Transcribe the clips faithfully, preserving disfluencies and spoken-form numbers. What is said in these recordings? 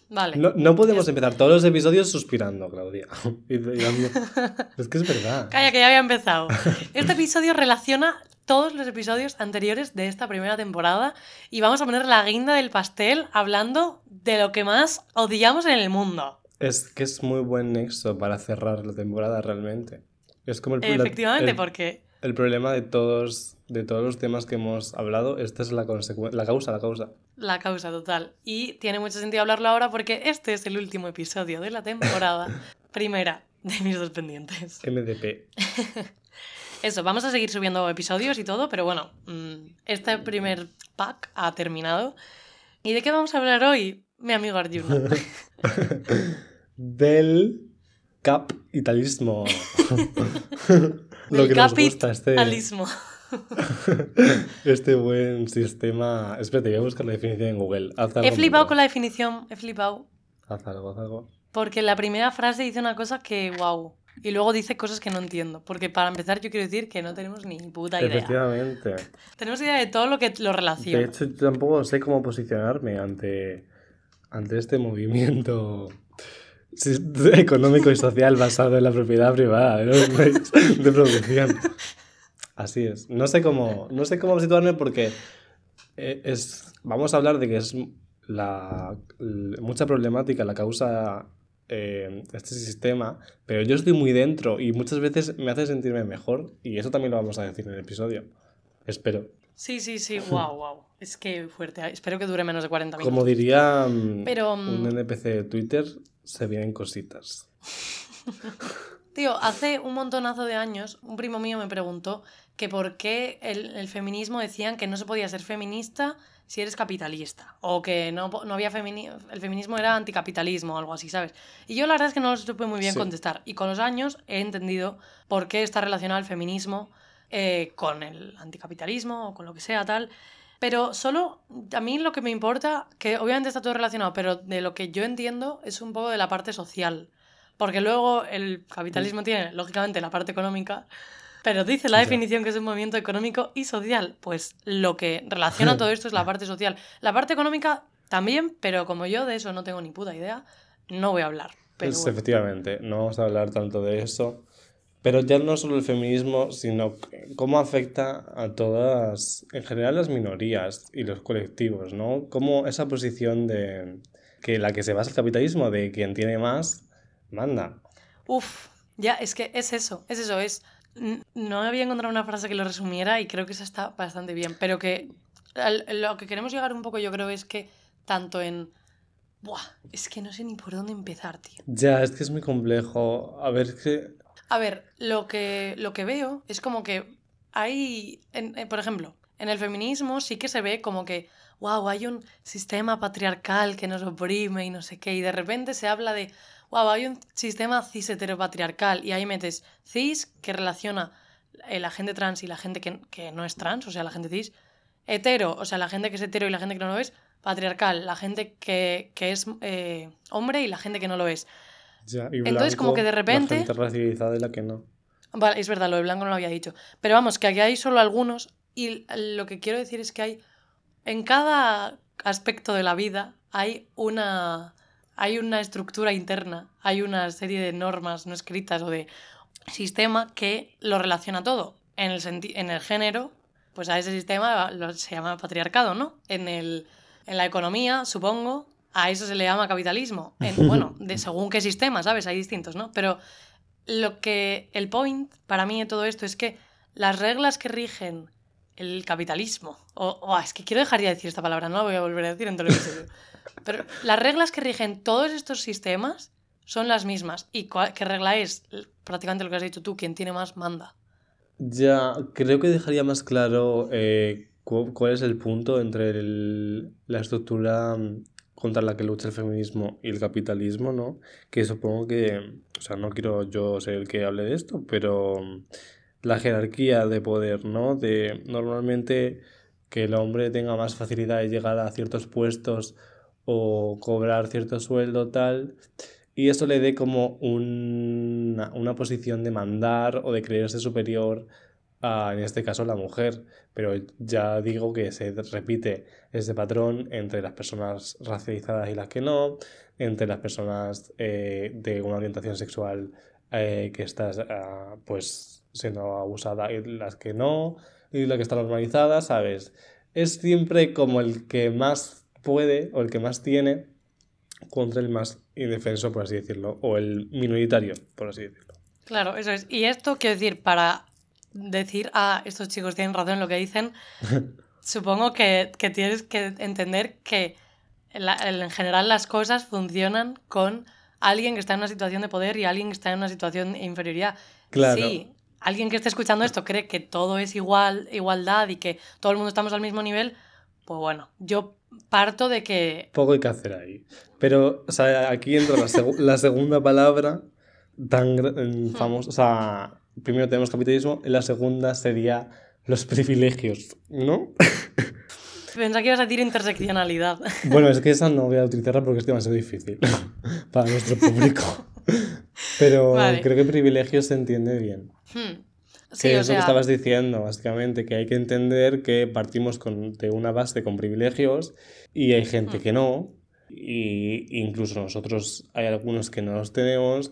Vale. No, no podemos Es- empezar todos los episodios suspirando, Claudia. Y- y dando- Es que es verdad. Calla, que ya había empezado. Este episodio relaciona todos los episodios anteriores de esta primera temporada y vamos a poner la guinda del pastel hablando de lo que más odiamos en el mundo. Es que es muy buen nexo para cerrar la temporada realmente. Es como el, la- Efectivamente, el- porque... el problema de todos, de todos los temas que hemos hablado. Esta es la consecuencia, la causa, la causa. La causa total. Y tiene mucho sentido hablarlo ahora porque este es el último episodio de la temporada primera de mis dos pendientes. M D P. Eso, vamos a seguir subiendo episodios y todo, pero bueno, mmm, este primer pack ha terminado. ¿Y de qué vamos a hablar hoy, mi amigo Arjuna? Del capitalismo. Lo Del que nos gusta, este, capitalismo. este buen sistema. Espérate, voy a buscar la definición en Google. Haz algo He flipado mientras. con la definición, he flipado. Haz algo, haz algo. Porque la primera frase dice una cosa que, wow. Y luego dice cosas que no entiendo. Porque para empezar yo quiero decir que no tenemos ni puta idea. Efectivamente. Tenemos idea de todo lo que lo De relaciona. hecho, yo tampoco sé cómo posicionarme ante, ante este movimiento si- económico y social basado en la propiedad privada de los medios de producción. Así es. No sé cómo, no sé cómo situarme porque eh, es, vamos a hablar de que es la, l- mucha problemática la causa eh, este sistema, pero yo estoy muy dentro y muchas veces me hace sentirme mejor y eso también lo vamos a decir en el episodio. Espero. Sí, sí, sí, wow, wow. Es que fuerte. Espero que dure menos de cuarenta minutos. Como diría mm, Pero, mm, un N P C de Twitter, se vienen cositas. Tío, hace un montonazo de años un primo mío me preguntó que por qué el, el feminismo decían que no se podía ser feminista si eres capitalista. O que no, po- no había feminismo, el feminismo era anticapitalismo o algo así, ¿sabes? Y yo la verdad es que no lo supe muy bien Sí. contestar. Y con los años he entendido por qué está relacionado el feminismo eh, con el anticapitalismo o con lo que sea, tal. Pero solo, a mí lo que me importa, que obviamente está todo relacionado, pero de lo que yo entiendo es un poco de la parte social. Porque luego el capitalismo tiene, lógicamente, la parte económica, pero dice la Ya. definición que es un movimiento económico y social. Pues lo que relaciona todo esto es la parte social. La parte económica también, pero como yo de eso no tengo ni puta idea, no voy a hablar. Pero Pues, bueno. efectivamente, no vamos a hablar tanto de eso. Pero ya no solo el feminismo, sino c- cómo afecta a todas, en general, las minorías y los colectivos, ¿no? Cómo esa posición de que la que se basa el capitalismo, de quien tiene más, manda. Uf, ya, es que es eso, es eso, es... n- No había encontrado una frase que lo resumiera y creo que eso está bastante bien, pero que al- lo que queremos llegar un poco yo creo es que tanto en... Buah, es que no sé ni por dónde empezar, tío. Ya, es que es muy complejo. A ver, es que... A ver, lo que, lo que veo es como que hay, en- eh, por ejemplo, en el feminismo sí que se ve como que, wow, hay un sistema patriarcal que nos oprime y no sé qué, y de repente se habla de, wow, hay un sistema cis heteropatriarcal, y ahí metes cis que relaciona eh, la gente trans y la gente que, que no es trans, o sea, la gente cis, hetero, o sea, la gente que es hetero y la gente que no lo es, patriarcal, la gente que, que es eh, hombre y la gente que no lo es. Ya, y Entonces, como blanco, que de repente... la gente racializada y la que no. Vale, es verdad, lo de blanco no lo había dicho. Pero vamos, que aquí hay solo algunos y lo que quiero decir es que hay, en cada aspecto de la vida hay una, hay una estructura interna, hay una serie de normas no escritas o de sistema que lo relaciona todo. En el, senti- en el género, pues a ese sistema lo- se llama patriarcado, ¿no? En, el, en la economía, supongo, a eso se le llama capitalismo. En, bueno, de según qué sistema, ¿sabes? Hay distintos, ¿no? Pero lo que el point para mí de todo esto es que las reglas que rigen el capitalismo, o oh, es que quiero dejar ya de decir esta palabra, no la voy a volver a decir en todo el episodio, pero las reglas que rigen todos estos sistemas son las mismas. ¿Y cuál, qué regla es? Prácticamente lo que has dicho tú, quien tiene más manda. Ya, creo que dejaría más claro eh, cu- cuál es el punto entre el- la estructura mm, contra la que lucha el feminismo y el capitalismo, ¿no? Que supongo que, o sea, no quiero yo ser el que hable de esto, pero mm, la jerarquía de poder, ¿no? De normalmente que el hombre tenga más facilidad de llegar a ciertos puestos o cobrar cierto sueldo, tal, y eso le dé como una, una posición de mandar o de creerse superior a, en este caso, la mujer. Pero ya digo que se repite ese patrón entre las personas racializadas y las que no, entre las personas eh, de una orientación sexual eh, que está uh, pues siendo abusada y las que no, y la que está normalizada, ¿sabes? Es siempre como el que más puede o el que más tiene contra el más indefenso, por así decirlo, o el minoritario, por así decirlo. Claro, eso es. Y esto, quiero decir, para decir, ah, estos chicos tienen razón en lo que dicen, supongo que, que tienes que entender que la, en general las cosas funcionan con alguien que está en una situación de poder y alguien que está en una situación de inferioridad. Claro. Sí, alguien que esté escuchando esto cree que todo es igual, igualdad y que todo el mundo estamos al mismo nivel, pues bueno, yo parto de que... Poco hay que hacer ahí. Pero, o sea, aquí entra la, seg- la segunda palabra tan gra- famosa. O sea, primero tenemos capitalismo y la segunda sería los privilegios, ¿no? Pensaba que ibas a decir interseccionalidad. Bueno, es que esa no voy a utilizarla porque es demasiado difícil para nuestro público. Pero Vale. creo que privilegios se entiende bien. Hmm. Sí, Que o es lo sea, que estabas diciendo, básicamente, que hay que entender que partimos con, de una base con privilegios y hay gente Hmm. que no, y incluso nosotros hay algunos que no los tenemos,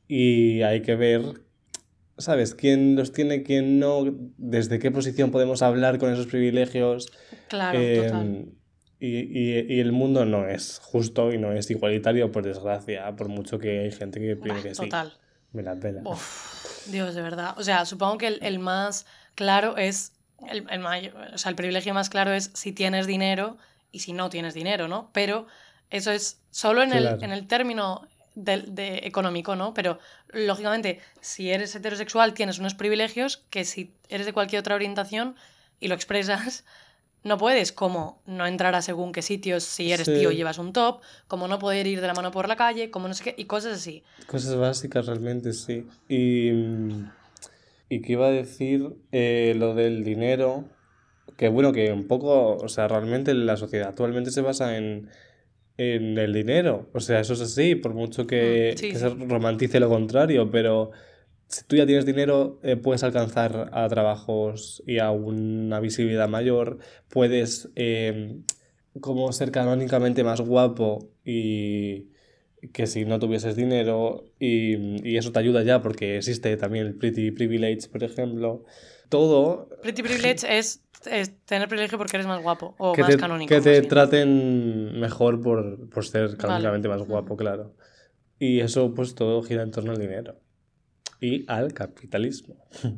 y hay que ver, ¿sabes? ¿Quién los tiene, quién no? ¿Desde qué posición podemos hablar con esos privilegios? claro, Eh, total. y, y, y el mundo no es justo y no es igualitario, por desgracia, por mucho que hay gente que Bah, piense que sí. total. Me la pela. Uf, Dios, de verdad. O sea, supongo que el, el más claro es, el, el mayor, o sea, el privilegio más claro es si tienes dinero y si no tienes dinero, ¿no? Pero eso es solo en el, Claro. en el término de, de económico, ¿no? Pero, lógicamente, si eres heterosexual tienes unos privilegios que si eres de cualquier otra orientación y lo expresas, no puedes, como no entrar a según qué sitios si eres Sí. tío y llevas un top, como no poder ir de la mano por la calle, como no sé qué, y cosas así. Cosas básicas realmente, sí. Y, mm, y qué iba a decir eh, lo del dinero, que bueno, que un poco, o sea, realmente la sociedad actualmente se basa en, en el dinero. O sea, eso es así, por mucho Mm, que, sí, que se sí. romantice lo contrario, pero si tú ya tienes dinero, eh, puedes alcanzar a trabajos y a una visibilidad mayor, puedes eh, como ser canónicamente más guapo y que si no tuvieses dinero y, y eso te ayuda ya porque existe también el Pretty Privilege, por ejemplo. Todo Pretty privilege es, es tener privilegio porque eres más guapo o que más te, canónico, que más te bien. traten mejor por, por ser Vale. canónicamente más guapo, claro. Y eso pues todo gira en torno al dinero y al capitalismo.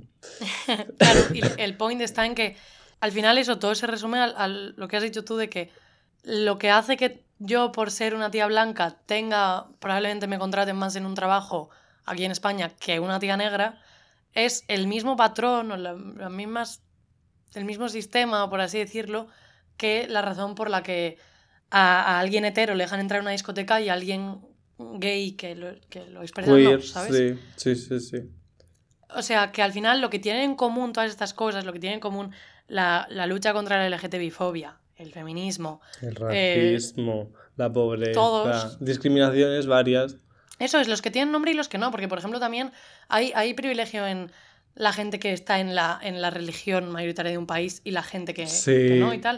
Claro, y el point está en que al final eso todo se resume a, a lo que has dicho tú de que lo que hace que yo, por ser una tía blanca, tenga, probablemente me contraten más en un trabajo aquí en España que una tía negra, es el mismo patrón o la- las mismas, el mismo sistema, por así decirlo, que la razón por la que a, a alguien hetero le dejan entrar a una discoteca y a alguien gay que lo, que lo expresa no, Queer, ¿sabes? sí, sí, sí, sí. O sea, que al final lo que tienen en común todas estas cosas, lo que tienen en común la, la lucha contra la L G T B-fobia, el feminismo, El eh, racismo, la pobreza, todos... discriminaciones varias. Eso es, los que tienen nombre y los que no, porque por ejemplo también hay, hay privilegio en la gente que está en la, en la religión mayoritaria de un país y la gente que, que no y Sí. tal.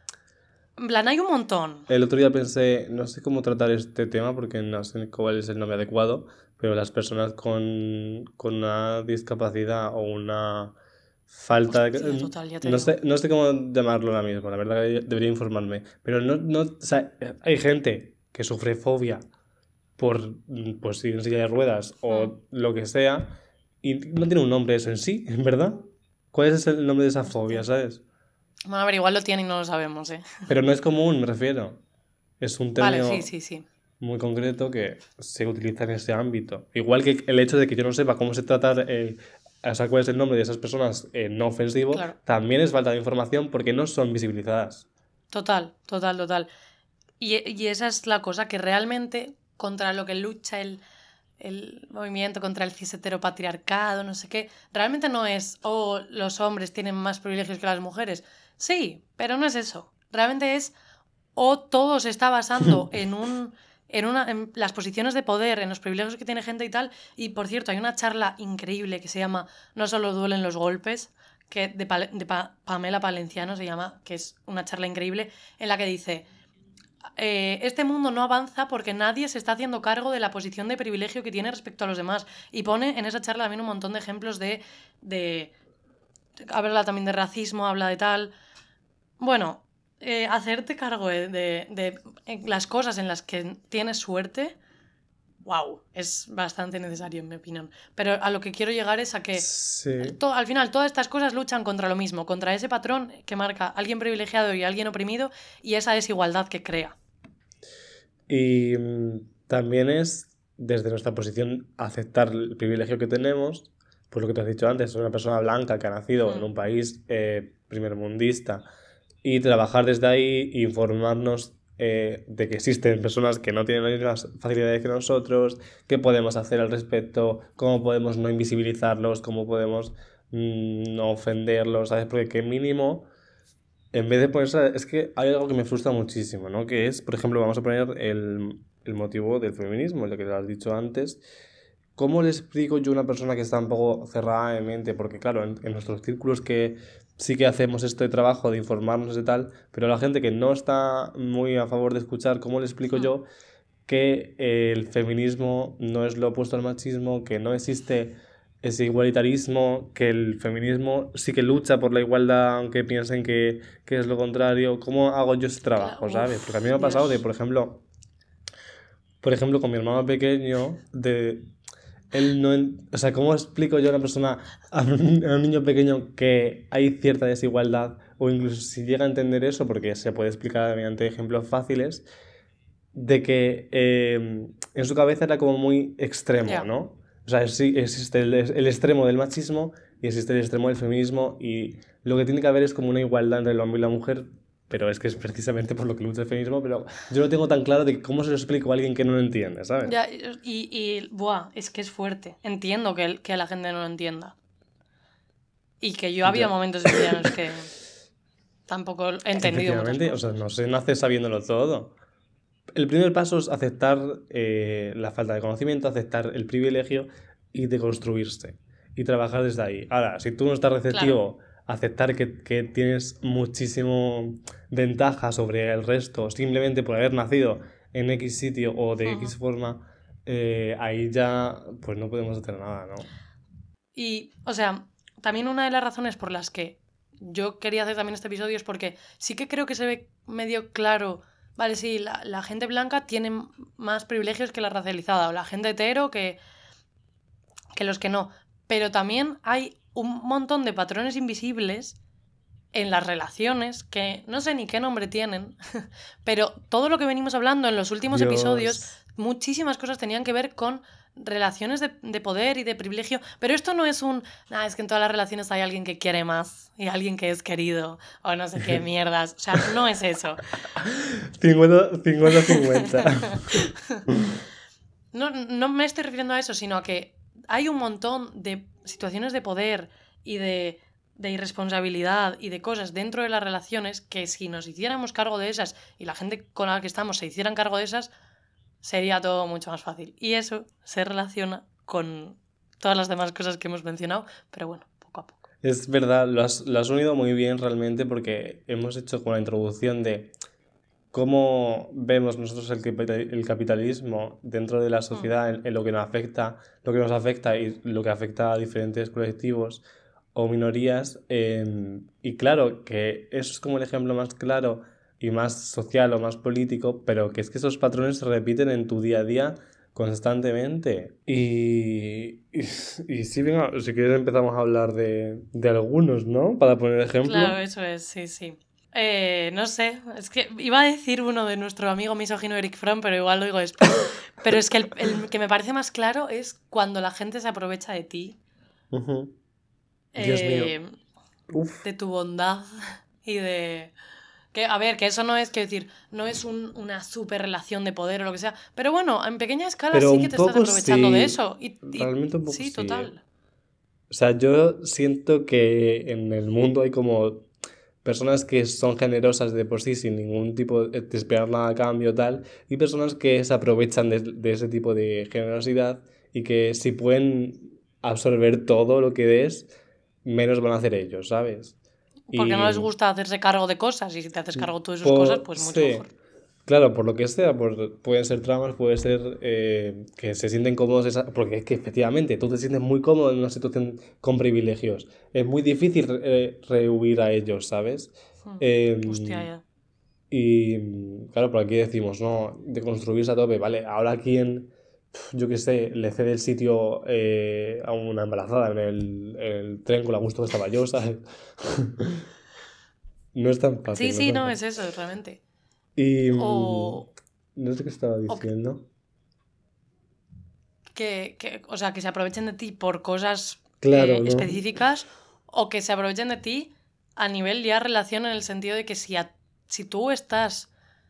En plan, hay un montón. El otro día pensé, no sé cómo tratar este tema porque no sé cuál es el nombre adecuado, pero las personas con, con una discapacidad o una falta de... Hostia, total, ya te No digo. sé, no sé cómo llamarlo ahora mismo, la verdad que debería informarme. Pero no, no, o sea, hay gente que sufre fobia por pues, ir en silla de ruedas o Hmm. lo que sea y no tiene un nombre eso en sí, ¿verdad? ¿Cuál es el nombre de esa fobia, Hostia. sabes? Bueno, a ver, igual lo tienen y no lo sabemos, ¿eh? Pero no es común, me refiero. Es un Vale, sí, término sí, sí. muy concreto que se utiliza en ese ámbito. Igual que el hecho de que yo no sepa cómo se trata, eh, o sea, cuál es el nombre de esas personas eh, no ofensivo, Claro. también es falta de información porque no son visibilizadas. Total, total, total. Y, y esa es la cosa que realmente contra lo que lucha el, el movimiento contra el cis heteropatriarcado, no sé qué, realmente no es, oh, los hombres tienen más privilegios que las mujeres. Sí, pero no es eso. Realmente es, o todo se está basando en un en, una, en las posiciones de poder, en los privilegios que tiene gente y tal. Y por cierto, hay una charla increíble que se llama No solo duelen los golpes, que de, Pal- de Pa- Pamela Palenciano se llama, que es una charla increíble, en la que dice, eh, este mundo no avanza porque nadie se está haciendo cargo de la posición de privilegio que tiene respecto a los demás. Y pone en esa charla también un montón de ejemplos de... de habla también de racismo, habla de tal... Bueno, eh, hacerte cargo de, de, de las cosas en las que tienes suerte... Wow, es bastante necesario en mi opinión. Pero a lo que quiero llegar es a que Sí. to- al final todas estas cosas luchan contra lo mismo, contra ese patrón que marca alguien privilegiado y alguien oprimido y esa desigualdad que crea. Y mm, también es, desde nuestra posición, aceptar el privilegio que tenemos, pues lo que te has dicho antes, soy una persona blanca que ha nacido en Mm. un país eh, primermundista y trabajar desde ahí e informarnos eh, de que existen personas que no tienen las mismas facilidades que nosotros, qué podemos hacer al respecto, cómo podemos no invisibilizarlos, cómo podemos mm, no ofenderlos, ¿sabes? Porque que mínimo, en vez de ponerse... Es que hay algo que me frustra muchísimo, ¿no? Que es, por ejemplo, vamos a poner el, el motivo del feminismo, lo que te has dicho antes. ¿Cómo le explico yo a una persona que está un poco cerrada de mente? Porque claro, en, en nuestros círculos que sí que hacemos este trabajo de informarnos y tal, pero a la gente que no está muy a favor de escuchar, ¿cómo le explico Mm. yo que eh, el feminismo no es lo opuesto al machismo, que no existe ese igualitarismo, que el feminismo sí que lucha por la igualdad, aunque piensen que, que es lo contrario? ¿Cómo hago yo ese Cla- trabajo, sabes? Porque a mí me Uf, ha pasado de, Dios. por ejemplo, por ejemplo, con mi hermano pequeño, de él no, en- o sea, ¿cómo explico yo a una persona, a un, a un niño pequeño, que hay cierta desigualdad? O incluso si llega a entender eso, porque se puede explicar mediante ejemplos fáciles, de que eh, en su cabeza era como muy extremo, Ya. ¿no? O sea, sí existe el, el extremo del machismo y existe el extremo del feminismo, y lo que tiene que haber es como una igualdad entre el hombre y la mujer, pero es que es precisamente por lo que lucha el feminismo, pero yo no tengo tan claro de cómo se lo explico a alguien que no lo entiende, ¿sabes? Ya, y, y, buah, es que es fuerte. Entiendo que, el- que la gente no lo entienda. Y que yo había Ya. momentos en mi vida en los que tampoco he entendido muchas Efectivamente, o sea, cosas. no se nace sabiéndolo todo. El primer paso es aceptar eh, la falta de conocimiento, aceptar el privilegio y deconstruirse y trabajar desde ahí. Ahora, si tú no estás Claro. receptivo a aceptar que, que tienes muchísimo ventaja sobre el resto simplemente por haber nacido en X sitio o de X Ujú. forma, eh, ahí ya pues no podemos hacer nada, ¿no? Y, o sea, también una de las razones por las que yo quería hacer también este episodio es porque sí que creo que se ve medio claro. Vale, sí, la, la gente blanca tiene m- más privilegios que la racializada, o la gente hetero que, que los que no. Pero también hay un montón de patrones invisibles en las relaciones que no sé ni qué nombre tienen, pero todo lo que venimos hablando en los últimos episodios, Dios. muchísimas cosas tenían que ver con relaciones de, de poder y de privilegio. Pero esto no es un, ah, es que en todas las relaciones hay alguien que quiere más y alguien que es querido o no sé qué mierdas. O sea, no es eso. cincuenta cincuenta. No, no me estoy refiriendo a eso, sino a que hay un montón de situaciones de poder y de, de irresponsabilidad y de cosas dentro de las relaciones que si nos hiciéramos cargo de esas y la gente con la que estamos se hicieran cargo de esas, sería todo mucho más fácil. Y eso se relaciona con todas las demás cosas que hemos mencionado, pero bueno, poco a poco. Es verdad, lo has, lo has unido muy bien realmente, porque hemos hecho con la introducción de cómo vemos nosotros el, capita- el capitalismo dentro de la Mm, sociedad, en, en lo que nos afecta, lo que nos afecta y lo que afecta a diferentes colectivos o minorías. Eh, y claro, que eso es como el ejemplo más claro y más social o más político, pero que es que esos patrones se repiten en tu día a día constantemente. Y, y, y sí, venga, si quieres empezamos a hablar de, de algunos, ¿no? Para poner ejemplo. claro, eso es, sí, sí. Eh, no sé, es que iba a decir uno de nuestro amigo misógino Eric Fromm, pero igual lo digo después. Pero es que el, el que me parece más claro es cuando la gente se aprovecha de ti, Ujú. Dios mío. eh, Uf. de tu bondad y de... Que, a ver, que eso no es, quiero decir, no es un- una super relación de poder o lo que sea, pero bueno, en pequeña escala Pero sí que un te estás poco aprovechando de sí, eso. Y, y- realmente un poco sí, sí, ¿eh? total. O sea, yo siento que en el mundo hay como personas que son generosas de por sí sin ningún tipo de de esperar nada a cambio tal, y personas que se aprovechan de, de ese tipo de generosidad y que si pueden absorber todo lo que des, menos van a hacer ellos, ¿sabes? Porque Y no les gusta hacerse cargo de cosas y si te haces cargo tú de esas por, cosas, pues mucho sí, mejor. claro, por lo que sea, por, pueden ser traumas, puede ser eh, que se sienten cómodos, esa- porque es que efectivamente tú te sientes muy cómodo en una situación con privilegios. Es muy difícil eh, rehuir a ellos, ¿sabes? Hmm. Hostia, Em, ya. y mm, claro, por aquí decimos, no, de construirse a tope, ¿vale? Ahora quién, pf, yo qué sé, le cede el sitio eh, a una embarazada en el, en el tren con la gusto que estaba yo, ¿sabes? No es tan Sí, fácil, no es sí, tan no, fácil. es eso, realmente. Y mm, O, no sé qué estaba o que, diciendo. que, que- o sea, que se aprovechen de ti por cosas Claro, eh, ¿no? específicas o que se aprovechen de ti a nivel ya relación en el sentido de que si, a- si tú estás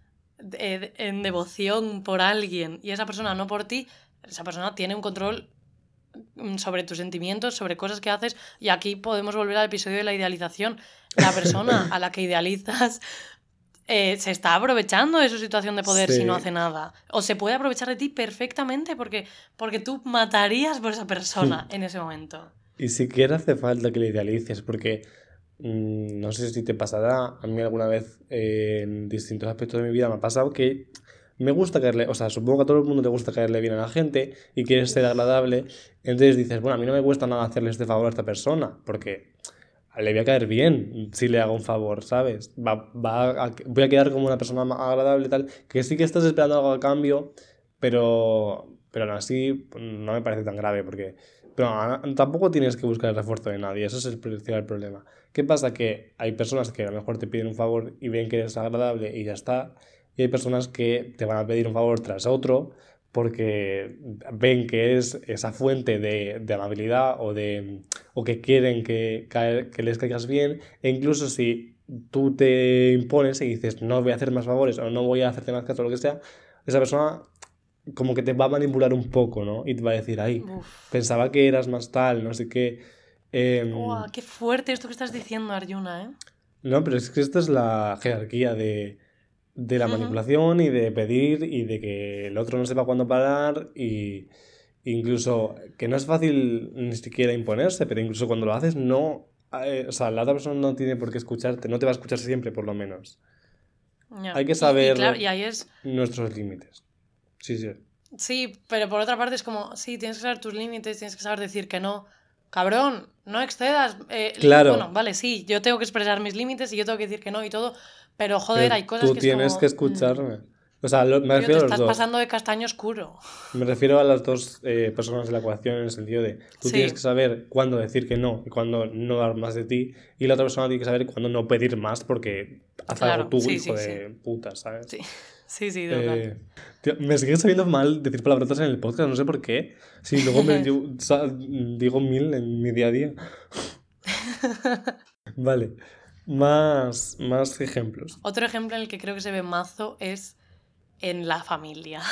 eh, en devoción por alguien y esa persona no por ti, esa persona tiene un control mm, sobre tus sentimientos, sobre cosas que haces y aquí podemos volver al episodio de la idealización. La persona a la que idealizas eh, se está aprovechando de su situación de poder si no Sí. hace nada. O se puede aprovechar de ti perfectamente porque, porque tú matarías por esa persona en ese momento. Y siquiera hace falta que le idealices, porque mm, no sé si te pasará, a mí alguna vez eh, en distintos aspectos de mi vida me ha pasado que me gusta caerle, o sea, supongo que a todo el mundo le gusta caerle bien a la gente y quieres ser Uf. agradable, entonces dices, bueno, a mí no me cuesta nada hacerle este favor a esta persona, porque le voy a caer bien si le hago un favor, ¿sabes? Va, va a- voy a quedar como una persona más agradable y tal, que sí que estás esperando algo a cambio, pero, pero aún así pues, no me parece tan grave, porque pero a- tampoco tienes que buscar el refuerzo de nadie, eso es el principal problema. ¿Qué pasa? Que hay personas que a lo mejor te piden un favor y ven que eres agradable y ya está, y hay personas que te van a pedir un favor tras otro porque ven que es esa fuente de, de amabilidad o de o que quieren que, caer- que les caigas bien, e incluso si tú te impones y dices no voy a hacer más favores o no voy a hacerte más caso o lo que sea, esa persona como que te va a manipular un poco, ¿no? Y te va a decir, ay, Uf. pensaba que eras más tal, no sé qué. Em, Uah, qué fuerte esto que estás diciendo, Arjuna, ¿eh? no, pero es que esta es la jerarquía de, de la Ujú. manipulación y de pedir y de que el otro no sepa cuándo parar y incluso que no es fácil ni siquiera imponerse, pero incluso cuando lo haces no, eh, o sea, la otra persona no tiene por qué escucharte, no te va a escuchar siempre por lo menos. Ya. Hay que Y, y saber claro, y ahí es. nuestros límites. Sí, sí. Sí, pero por otra parte es como, sí, tienes que saber tus límites, tienes que saber decir que no. Cabrón, no excedas. eh, li- bueno, Claro, vale, sí, yo tengo que expresar mis límites y yo tengo que decir que no y todo, pero joder, pero hay cosas tú que es tienes que como, mm, escucharme. O sea, lo- me tío, te refiero a los estás dos. pasando de castaño oscuro. Me refiero a las dos eh, personas de la ecuación en el sentido de tú tienes que Sí, saber cuándo decir que no y cuándo no dar más de ti y la otra persona tiene que saber cuándo no pedir más porque haz algo claro, tú, sí, hijo sí, sí. de puta, ¿sabes? Sí, sí, sí, total. Eh, tío, me sigue sabiendo mal decir palabrotas en el podcast, no sé por qué. Si luego me, yo, sa- digo mil en mi día a día. Vale, más, más ejemplos. Otro ejemplo en el que creo que se ve mazo es en la familia.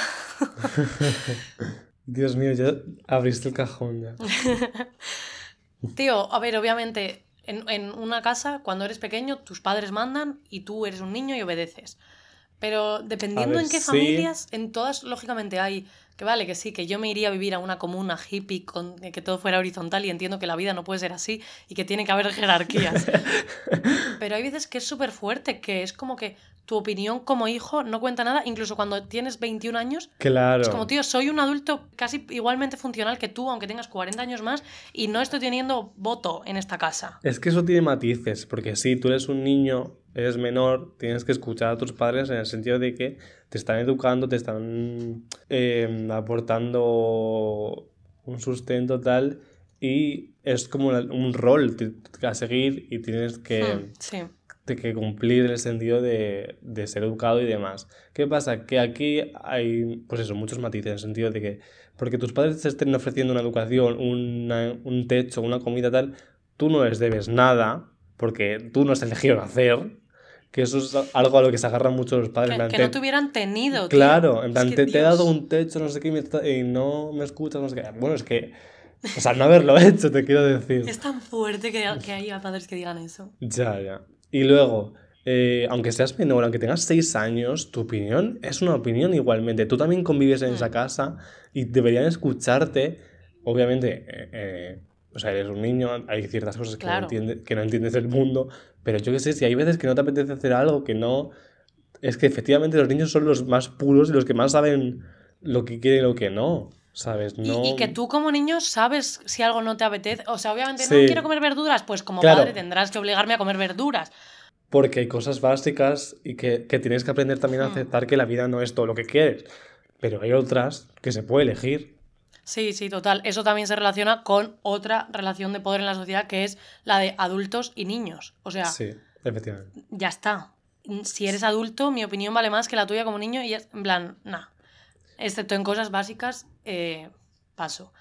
Dios mío, ya abriste el cajón ya. Tío, a ver, obviamente, en, en una casa, cuando eres pequeño, tus padres mandan y tú eres un niño y obedeces. Pero A dependiendo ver, en qué sí, familias, en todas, lógicamente hay que vale, que sí, que yo me iría a vivir a una comuna hippie con que todo fuera horizontal y entiendo que la vida no puede ser así y que tiene que haber jerarquías. Pero hay veces que es súper fuerte, que es como que tu opinión como hijo no cuenta nada, incluso cuando tienes veintiún años. Es como, claro. tío, soy un adulto casi igualmente funcional que tú, aunque tengas cuarenta años más, y no estoy teniendo voto en esta casa. Es que eso tiene matices, porque si tú eres un niño, eres menor, tienes que escuchar a tus padres en el sentido de que te están educando, te están eh, aportando un sustento tal, y es como una- un rol te- te- a seguir y tienes Hmm, que, sí. de que cumplir en el sentido de, de ser educado y demás. ¿Qué pasa? Que aquí hay, pues eso, muchos matices en el sentido de que, porque tus padres te estén ofreciendo una educación, una- un techo, una comida tal, tú no les debes nada, porque tú no has elegido nacer, que eso es algo a lo que se agarran mucho los padres. En Que, plan, que no te- te hubieran tenido, tío. claro, en Es plan, que te, te he dado Dios. un techo, no sé qué, y, me está- y no me escuchas, no sé qué. Bueno, es que, o sea, no haberlo hecho, te quiero decir. Es tan fuerte que, que haya padres que digan eso. Ya, ya. Y luego, eh, aunque seas menor, aunque tengas seis años, tu opinión es una opinión igualmente. Tú también convives en esa Hmm. casa y deberían escucharte. Obviamente, eh, eh, O sea, eres un niño, hay ciertas cosas que, Claro. no, entiende, que no entiendes del mundo, pero yo qué sé, si hay veces que no te apetece hacer algo, que no... Es que efectivamente los niños son los más puros y los que más saben lo que quieren y lo que no, ¿sabes? Y, No... y que tú como niño sabes si algo no te apetece. O sea, obviamente no quiero Sí, comer verduras, pues como claro, padre tendrás que obligarme a comer verduras. porque hay cosas básicas y que, que tienes que aprender también a Hmm. aceptar que la vida no es todo lo que quieres, pero hay otras que se puede elegir. Sí, sí, total. Eso también se relaciona con otra relación de poder en la sociedad que es la de adultos y niños. O sea, Sí, efectivamente. ya está. Si eres adulto, mi opinión vale más que la tuya como niño y es, en plan, nah. Excepto en cosas básicas, eh, paso.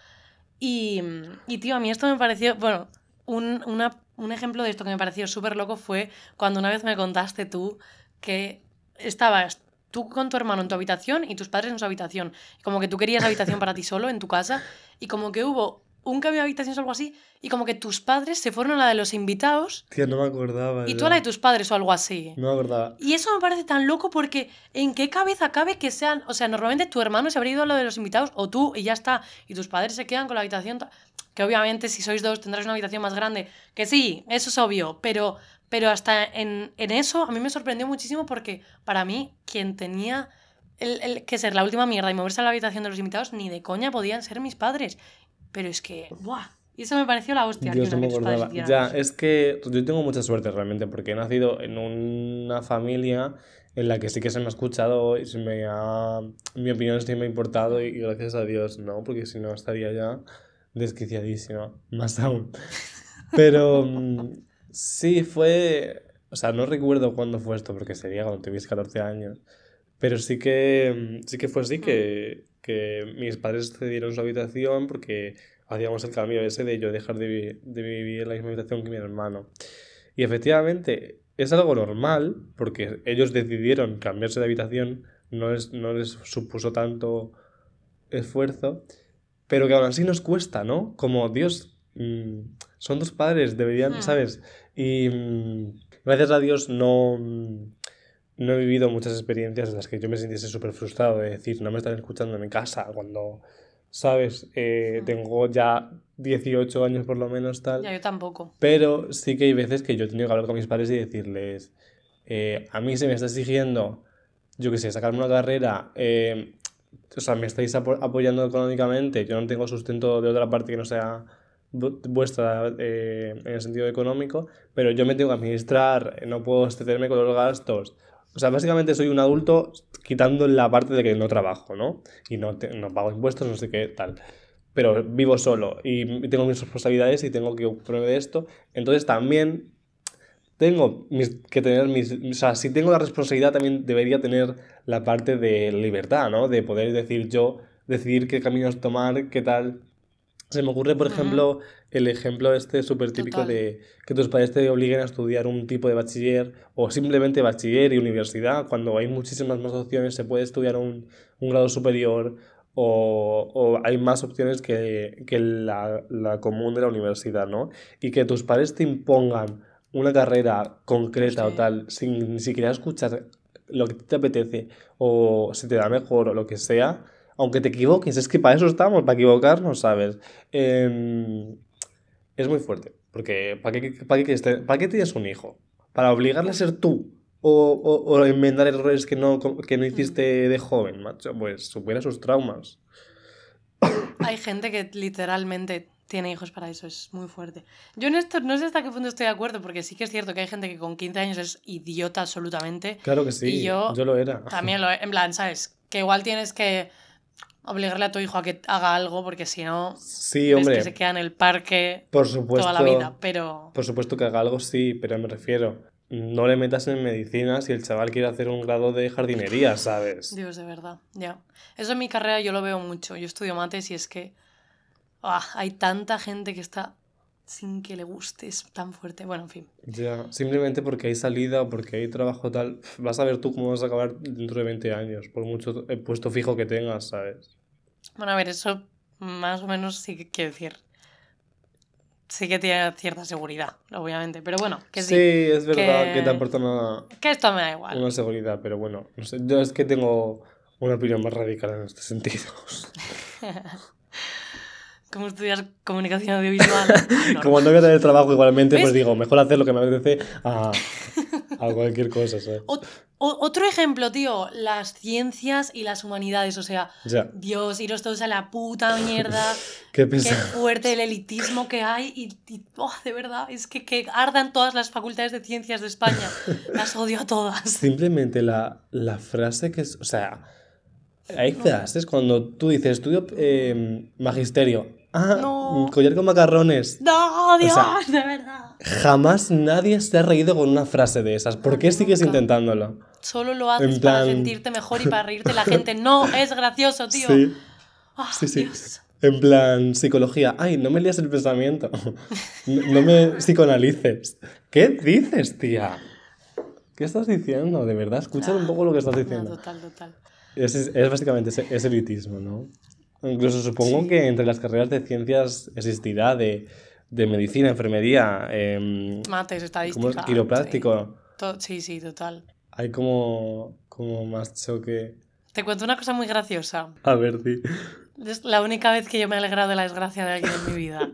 Y, y, tío, a mí esto me pareció, bueno, un, una, un ejemplo de esto que me pareció súper loco fue cuando una vez me contaste tú que estabas tú con tu hermano en tu habitación y tus padres en su habitación. Como que tú querías habitación para ti solo en tu casa y como que hubo un cambio de habitación o algo así y como que tus padres se fueron a la de los invitados. Tío, no me acordaba y ya. tú a la de tus padres o algo así. No me acordaba. Y eso me parece tan loco porque ¿en qué cabeza cabe que sean... O sea, normalmente tu hermano se habría ido a lo de los invitados o tú y ya está. Y tus padres se quedan con la habitación... Que obviamente si sois dos tendrás una habitación más grande. Que sí, eso es obvio. Pero, pero hasta en, en eso a mí me sorprendió muchísimo porque para mí quien tenía el, el, que ser la última mierda y moverse a la habitación de los invitados ni de coña podían ser mis padres. Pero es que... ¡Buah! Y eso me pareció la hostia. Dios, que no me tus padres acordaba. hicieran Ya, eso. es que yo tengo mucha suerte realmente porque he nacido en una familia en la que sí que se me ha escuchado y se me ha... mi opinión sí me ha importado y gracias a Dios, ¿no? Porque si no estaría ya desquiciadísima, más aún. Pero mm, sí, fue... O sea, no recuerdo cuándo fue esto porque sería cuando tuviese catorce años. Pero sí que, mm, sí que fue así que, que mis padres cedieron su habitación porque hacíamos el cambio ese de yo dejar de, vi- de vivir en la misma habitación que mi hermano. Y efectivamente es algo normal porque ellos decidieron cambiarse de habitación, no, es, no les supuso tanto esfuerzo, pero que aún así nos cuesta, ¿no? Como, Dios, mm, son dos padres, deberían, Hmm. ¿sabes? Y mm, gracias a Dios no, mm, no he vivido muchas experiencias en las que yo me sintiese súper frustrado de decir, no me están escuchando en mi casa cuando, ¿sabes? Eh, Hmm. tengo ya dieciocho años por lo menos tal. Ya, yo tampoco. Pero sí que hay veces que yo he tenido que hablar con mis padres y decirles, eh, a mí se me está exigiendo, yo qué sé, sacarme una carrera, eh, o sea, me estáis apo- apoyando económicamente, yo no tengo sustento de otra parte que no sea vu- vuestra eh, en el sentido económico, pero yo me tengo que administrar, eh, no puedo excederme con los gastos. O sea, básicamente soy un adulto quitando la parte de que no trabajo, ¿no? Y no, te- no pago impuestos, no sé qué, tal. Pero vivo solo y tengo mis responsabilidades y tengo que ocuparme de esto. Entonces también tengo mis- que tener mis... O sea, si tengo la responsabilidad también debería tener la parte de libertad, ¿no? De poder decir yo, decidir qué caminos tomar, qué tal. Se me ocurre, por Ujú. ejemplo, el ejemplo este súper típico Total. de que tus padres te obliguen a estudiar un tipo de bachiller o simplemente bachiller y universidad, cuando hay muchísimas más opciones, se puede estudiar un, un grado superior o, o hay más opciones que, que la, la común de la universidad, ¿no? Y que tus padres te impongan una carrera concreta o Sí. tal, sin ni siquiera escuchar lo que te apetece o se te da mejor o lo que sea, aunque te equivoques, es que para eso estamos, para equivocarnos, ¿sabes? Eh, es muy fuerte, porque ¿para qué, para qué, quieres- para qué tienes un hijo? ¿Para obligarle a ser tú? ¿O, o, o enmendar errores que no, que no Mm. hiciste de joven, macho? Pues supera sus traumas. Hay gente que literalmente tiene hijos para eso, es muy fuerte. Yo en esto no sé hasta qué punto estoy de acuerdo, porque sí que es cierto que hay gente que con quince años es idiota absolutamente. Claro que Y sí, yo yo lo era. también lo... En plan, ¿sabes? Que igual tienes que obligarle a tu hijo a que haga algo, porque si no, Sí, ves que se hombre, queda en el parque por toda la vida. supuesto, Pero, por supuesto que haga algo, sí, pero me refiero, no le metas en medicina si el chaval quiere hacer un grado de jardinería, ¿sabes? Dios, de verdad, ya. Eso en mi carrera yo lo veo mucho. Yo estudio mates y es que ah, hay tanta gente que está sin que le guste, es tan fuerte. Bueno, en fin. Ya, simplemente porque hay salida o porque hay trabajo tal, pf, vas a ver tú cómo vas a acabar dentro de veinte años, por mucho eh, puesto fijo que tengas, ¿sabes? Bueno, a ver, eso más o menos sí que quiero decir. Sí que tiene cierta seguridad, obviamente. Pero bueno, que Sí, sí. es verdad que te Que, aporta una, que esto me da igual. una seguridad, pero bueno, no sé, yo es que tengo una opinión más radical en estos sentidos. ¿Cómo estudias comunicación audiovisual? No, Como no. no voy a tener trabajo igualmente, ¿Ves? pues digo, mejor hacer lo que me apetece a, a cualquier cosa, ¿sabes? O- o- otro ejemplo, tío, las ciencias y las humanidades, o sea, Ya, Dios, iros todos a la puta mierda, qué qué pesado. fuerte el elitismo que hay y, y, oh, de verdad, es que, que ardan todas las facultades de ciencias de España, las odio a todas. Simplemente la, la frase que es, o sea, hay No, frases cuando tú dices estudio eh, magisterio, ah, no, collar con macarrones. no, O Dios, sea, de verdad. jamás nadie se ha reído con una frase de esas. ¿Por qué Nadie sigues nunca. intentándolo? Solo lo En haces para plan, sentirte mejor y para reírte la gente. No, es gracioso, tío. sí, Ah, sí, sí. Dios. En plan, psicología. Ay, no me lías el pensamiento. No, no me psicoanalices. ¿Qué dices, tía? ¿Qué estás diciendo? De verdad, escucha un Ah, poco lo que estás no, diciendo. total, total. Es, es, es básicamente ese, ese elitismo, ¿no? Incluso supongo Sí. que entre las carreras de ciencias existirá de, de medicina, enfermería, em, Mates, como estadística. quiropráctico. Sí. To- sí, sí, total. Hay como, como más choque. Te cuento una cosa muy graciosa. A ver, di. Es la única vez que yo me he alegrado de la desgracia de alguien en mi vida.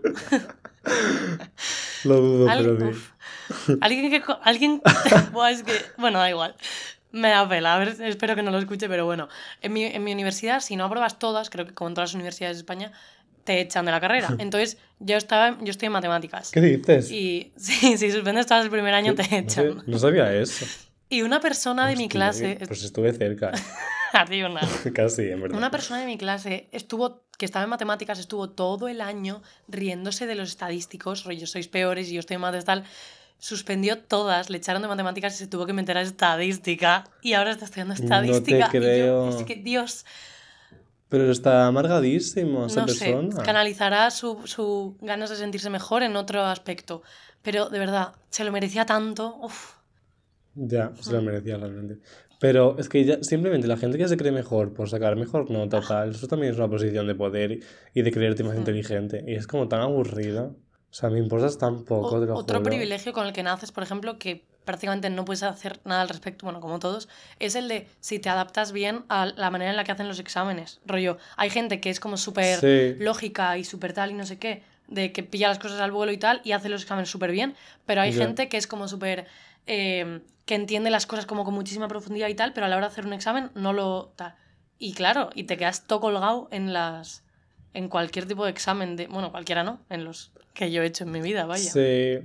Lo dudo, Al- pero di. uf. Alguien que... co- Alguien... Buah, es que... Bueno, da igual. Me da pela. A ver, espero que no lo escuche, pero bueno. En mi, en mi universidad, si no apruebas todas, creo que como en todas las universidades de España, te echan de la carrera. Entonces, yo estaba... Yo estoy en matemáticas. ¿Qué dices? Y sí, si suspendes todas el primer año, ¿Qué? te No, sé, echan. no sabía eso. Y una persona de mi Hostia, clase... Pues estuve cerca. Así una. Casi, en verdad. Una persona de mi clase estuvo, que estaba en matemáticas, estuvo todo el año riéndose de los estadísticos, rollo, sois peores y yo estoy en mates tal. Suspendió todas, le echaron de matemáticas y se tuvo que meter a estadística. Y ahora está estudiando No te estadística. Y yo, creo. es que Dios, Pero está amargadísimo esa no sé, persona. canalizará su, su ganas de sentirse mejor en otro aspecto. Pero de verdad, se lo merecía tanto. Uf. Ya, se lo merecía realmente. Pero es que ya simplemente la gente que se cree mejor por sacar mejor nota, tal, eso también es una posición de poder y de creerte más Mm. inteligente. Y es como tan aburrido. O sea, me importas tan poco, O- te lo otro juro. privilegio con el que naces, por ejemplo, que prácticamente no puedes hacer nada al respecto, bueno, como todos, es el de si te adaptas bien a la manera en la que hacen los exámenes. Rollo, hay gente que es como súper Sí, lógica y súper tal y no sé qué, de que pilla las cosas al vuelo y tal y hace los exámenes súper bien, pero hay ya. gente que es como súper... eh, que entiende las cosas como con muchísima profundidad y tal, pero a la hora de hacer un examen no lo... tal. Y claro, y te quedas todo colgado en las... en cualquier tipo de examen de... Bueno, cualquiera no, en los que yo he hecho en mi vida, vaya. Sí.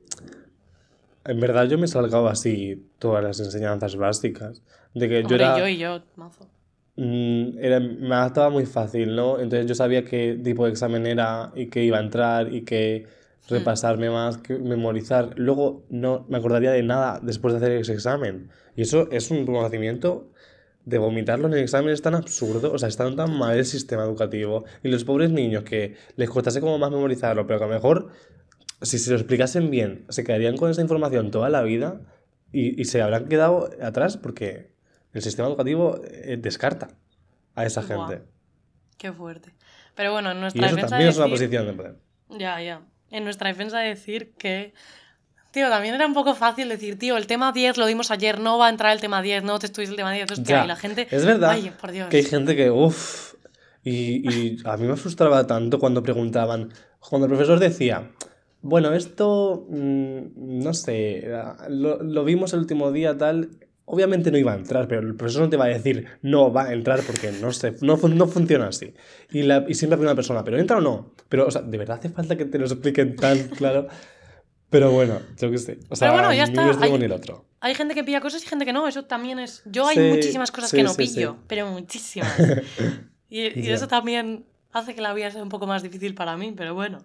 En verdad yo me he salgado así todas las enseñanzas básicas. De que yo Hombre, era... yo y yo, mazo. Mm, era, me adaptaba muy fácil, ¿no? Entonces yo sabía qué tipo de examen era y qué iba a entrar y qué Hmm. repasarme más, qué memorizar. Luego no me acordaría de nada después de hacer ese examen. Y eso es un conocimiento de vomitarlo en el examen, es tan absurdo, o sea, está tan mal el sistema educativo. Y los pobres niños que les costase como más memorizarlo, pero que a lo mejor, si se lo explicasen bien, se quedarían con esa información toda la vida y, y se habrán quedado atrás porque el sistema educativo eh, descarta a esa Buah, gente. qué fuerte. Pero bueno, en Y nuestra eso defensa también es una decir... posición de poder. Ya, ya. En nuestra defensa decir que... Tío, también era un poco fácil decir, tío, el tema diez lo dimos ayer, no va a entrar el tema diez, no te estudies el tema diez, hostia, Ya, y la gente... es verdad Ay, por Dios. que hay gente que, uff, y, y a mí me frustraba tanto cuando preguntaban, cuando el profesor decía, bueno, esto, mmm, no sé, lo, lo vimos el último día, tal, obviamente no iba a entrar, pero el profesor no te va a decir, no va a entrar porque no sé, no, no funciona así. Y, la, y siempre hay una persona, ¿pero entra o no? Pero, o sea, ¿de verdad hace falta que te lo expliquen tan claro? Pero bueno, yo qué sé. O sea, Pero bueno, ya ni está. un extremo Hay, ni el otro. hay gente que pilla cosas y gente que no, eso también es... Yo hay Sí, muchísimas cosas sí, que no sí, pillo, sí. pero muchísimas. Y, y Ya. eso también hace que la vida sea un poco más difícil para mí, pero bueno.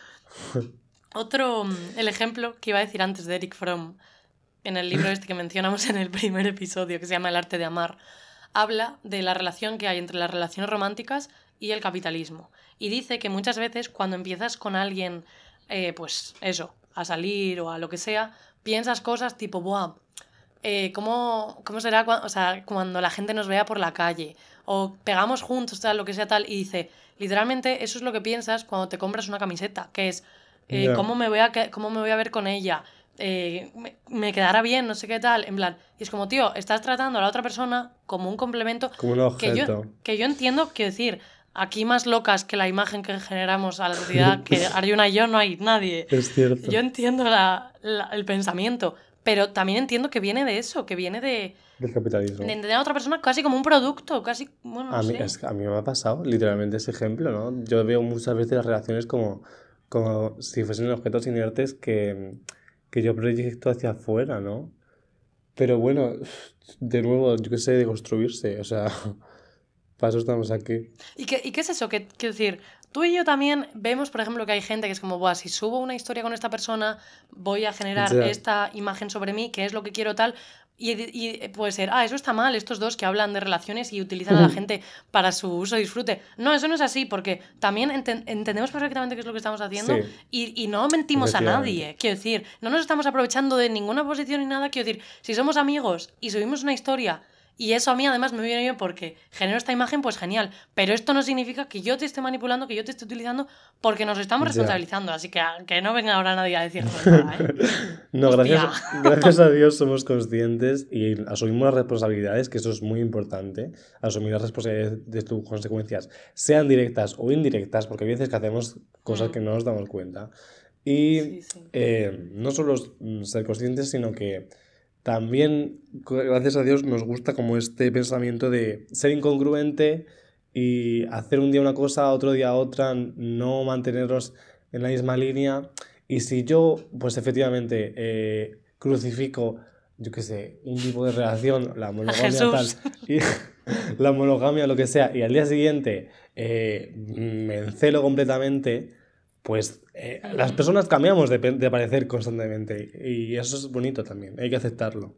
Otro, mm, el ejemplo que iba a decir antes de Eric Fromm, en el libro este que mencionamos en el primer episodio, que se llama El arte de amar, habla de la relación que hay entre las relaciones románticas y el capitalismo. Y dice que muchas veces cuando empiezas con alguien, eh, pues eso, a salir o a lo que sea, piensas cosas tipo, buah, eh, ¿cómo, cómo será cua- o sea, cuando la gente nos vea por la calle? O pegamos juntos, tal, lo que sea tal. Y dice, literalmente eso es lo que piensas cuando te compras una camiseta, que es, eh, Ya. ¿cómo me voy a, que- cómo me voy a ver con ella? Eh, me, me quedará bien, no sé qué tal. En plan, y es como, tío, estás tratando a la otra persona como un complemento Como un que yo, objeto. que yo entiendo, quiero decir, aquí más locas que la imagen que generamos a la sociedad, que Arjuna y yo, no hay nadie. Es cierto. Yo entiendo la, la, el pensamiento, pero también entiendo que viene de eso, que viene de... Del capitalismo. De entender a otra persona casi como un producto, casi, bueno, no a, mí, sé. es, a mí me ha pasado literalmente ese ejemplo, ¿no? Yo veo muchas veces las relaciones como, como si fuesen objetos inertes que, que yo proyecto hacia afuera, ¿no? Pero bueno, de nuevo, yo qué sé, de construirse, o sea, para eso estamos aquí. ¿Y qué, y qué es eso? Que, quiero decir, tú y yo también vemos, por ejemplo, que hay gente que es como, Buah, si subo una historia con esta persona, voy a generar Ya. esta imagen sobre mí, que es lo que quiero tal, y, y puede ser, ah, eso está mal, estos dos que hablan de relaciones y utilizan a la gente para su uso y disfrute. No, eso no es así, porque también enten- entendemos perfectamente qué es lo que estamos haciendo Sí. y, y no mentimos a Efectivamente. nadie. Quiero decir, no nos estamos aprovechando de ninguna posición ni nada. Quiero decir, si somos amigos y subimos una historia y eso a mí además me viene bien porque genero esta imagen, pues genial. Pero esto no significa que yo te esté manipulando, que yo te esté utilizando, porque nos estamos Ya. responsabilizando. Así que, ah, que no venga ahora nadie a decirnos nada, ¿eh? No, Hostia. gracias, gracias a Dios somos conscientes y asumimos las responsabilidades, que eso es muy importante, asumir las responsabilidades de tus consecuencias, sean directas o indirectas, porque hay veces que hacemos cosas Mm. que no nos damos cuenta. Y Sí, sí. eh, no solo mm, ser conscientes, sino que también, co- gracias a Dios, nos gusta como este pensamiento de ser incongruente y hacer un día una cosa, otro día otra, no mantenernos en la misma línea. Y si yo, pues efectivamente, eh, crucifico, yo qué sé, un tipo de relación, la A monogamia tal, Jesús. y la monogamia, lo que sea, y al día siguiente eh, me encelo completamente, pues eh, las Ujú. personas cambiamos de, pe- de parecer constantemente. Y eso es bonito también, hay que aceptarlo.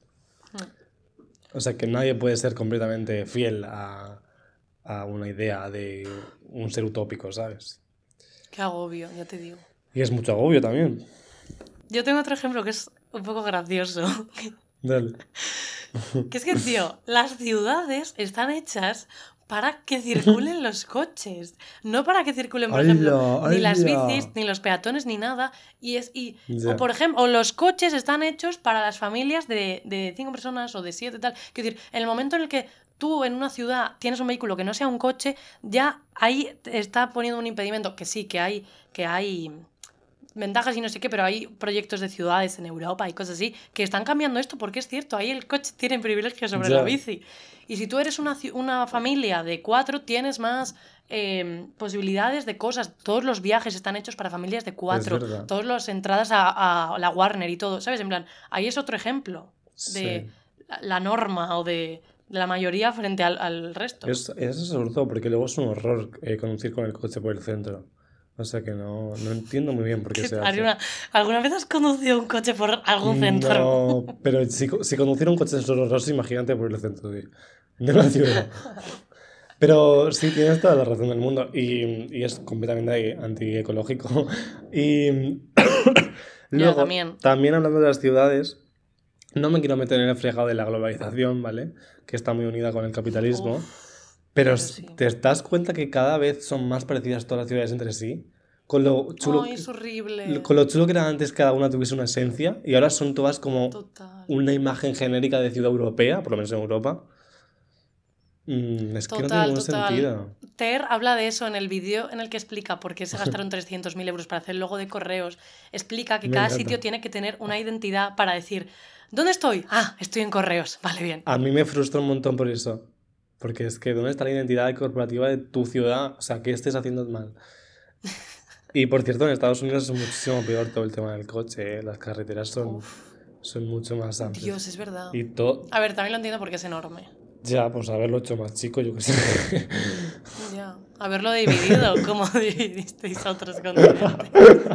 Mm. O sea, que nadie puede ser completamente fiel a, a una idea de un ser utópico, ¿sabes? Qué agobio, ya te digo. Y es mucho agobio también. Yo tengo otro ejemplo que es un poco gracioso. Dale. Que es que, tío, las ciudades están hechas para que circulen los coches, no para que circulen, por ejemplo, ¡Hala! ni las ¡Hala! bicis, ni los peatones, ni nada. Y es y Ya. o por ejemplo, o los coches están hechos para las familias de, de cinco personas o de siete tal. Quiero decir, en el momento en el que tú en una ciudad tienes un vehículo que no sea un coche, ya ahí te está poniendo un impedimento. Que sí, que hay, que hay ventajas y no sé qué, pero hay proyectos de ciudades en Europa y cosas así que están cambiando esto porque es cierto, ahí el coche tiene privilegios sobre Ya. la bici. Y si tú eres una, ci- una familia de cuatro, tienes más eh, posibilidades de cosas. Todos los viajes están hechos para familias de cuatro. verdad. Todas las entradas a, a la Warner y todo, ¿sabes? En plan, ahí es otro ejemplo de Sí. la, la norma o de, de la mayoría frente al, al resto. Es, eso es sobre todo porque luego es un horror eh, conducir con el coche por el centro. O sea que no, no entiendo muy bien por qué ¿Qué- se hace. Ariuna, ¿alguna vez has conducido un coche por algún centro? No, pero si, co- si conduciera un coche es horroroso, imagínate por el centro de, de una ciudad. Pero sí, tienes toda la razón del mundo y, y es completamente antiecológico. Y luego, también. también hablando de las ciudades, no me quiero meter en el fregado de la globalización, ¿vale? Que está muy unida con el capitalismo. Uf, pero pero s- sí. ¿te das cuenta que cada vez son más parecidas todas las ciudades entre sí? Con lo chulo, Ay, es horrible. con lo chulo que era antes cada una tuviese una esencia y ahora son todas como Total. una imagen genérica de ciudad europea, por lo menos en Europa. Mm, es que no tiene Total, ningún total. sentido. Ter habla de eso en el vídeo en el que explica por qué se gastaron trescientos mil euros para hacer el logo de correos. Explica que Me cada encanta. sitio tiene que tener una identidad para decir, ¿dónde estoy? Ah, estoy en correos. Vale, bien. A mí me frustra un montón por eso. Porque es que ¿dónde está la identidad corporativa de tu ciudad? O sea, ¿qué estés haciendo mal? Y por cierto, en Estados Unidos es muchísimo peor todo el tema del coche, ¿eh? Las carreteras son, Uf, son mucho más amplias. Dios, es verdad. Y todo... A ver, también lo entiendo porque es enorme. Ya, pues haberlo hecho más chico, yo qué sé. Ya. Haberlo dividido, como dividisteis a otros continentes.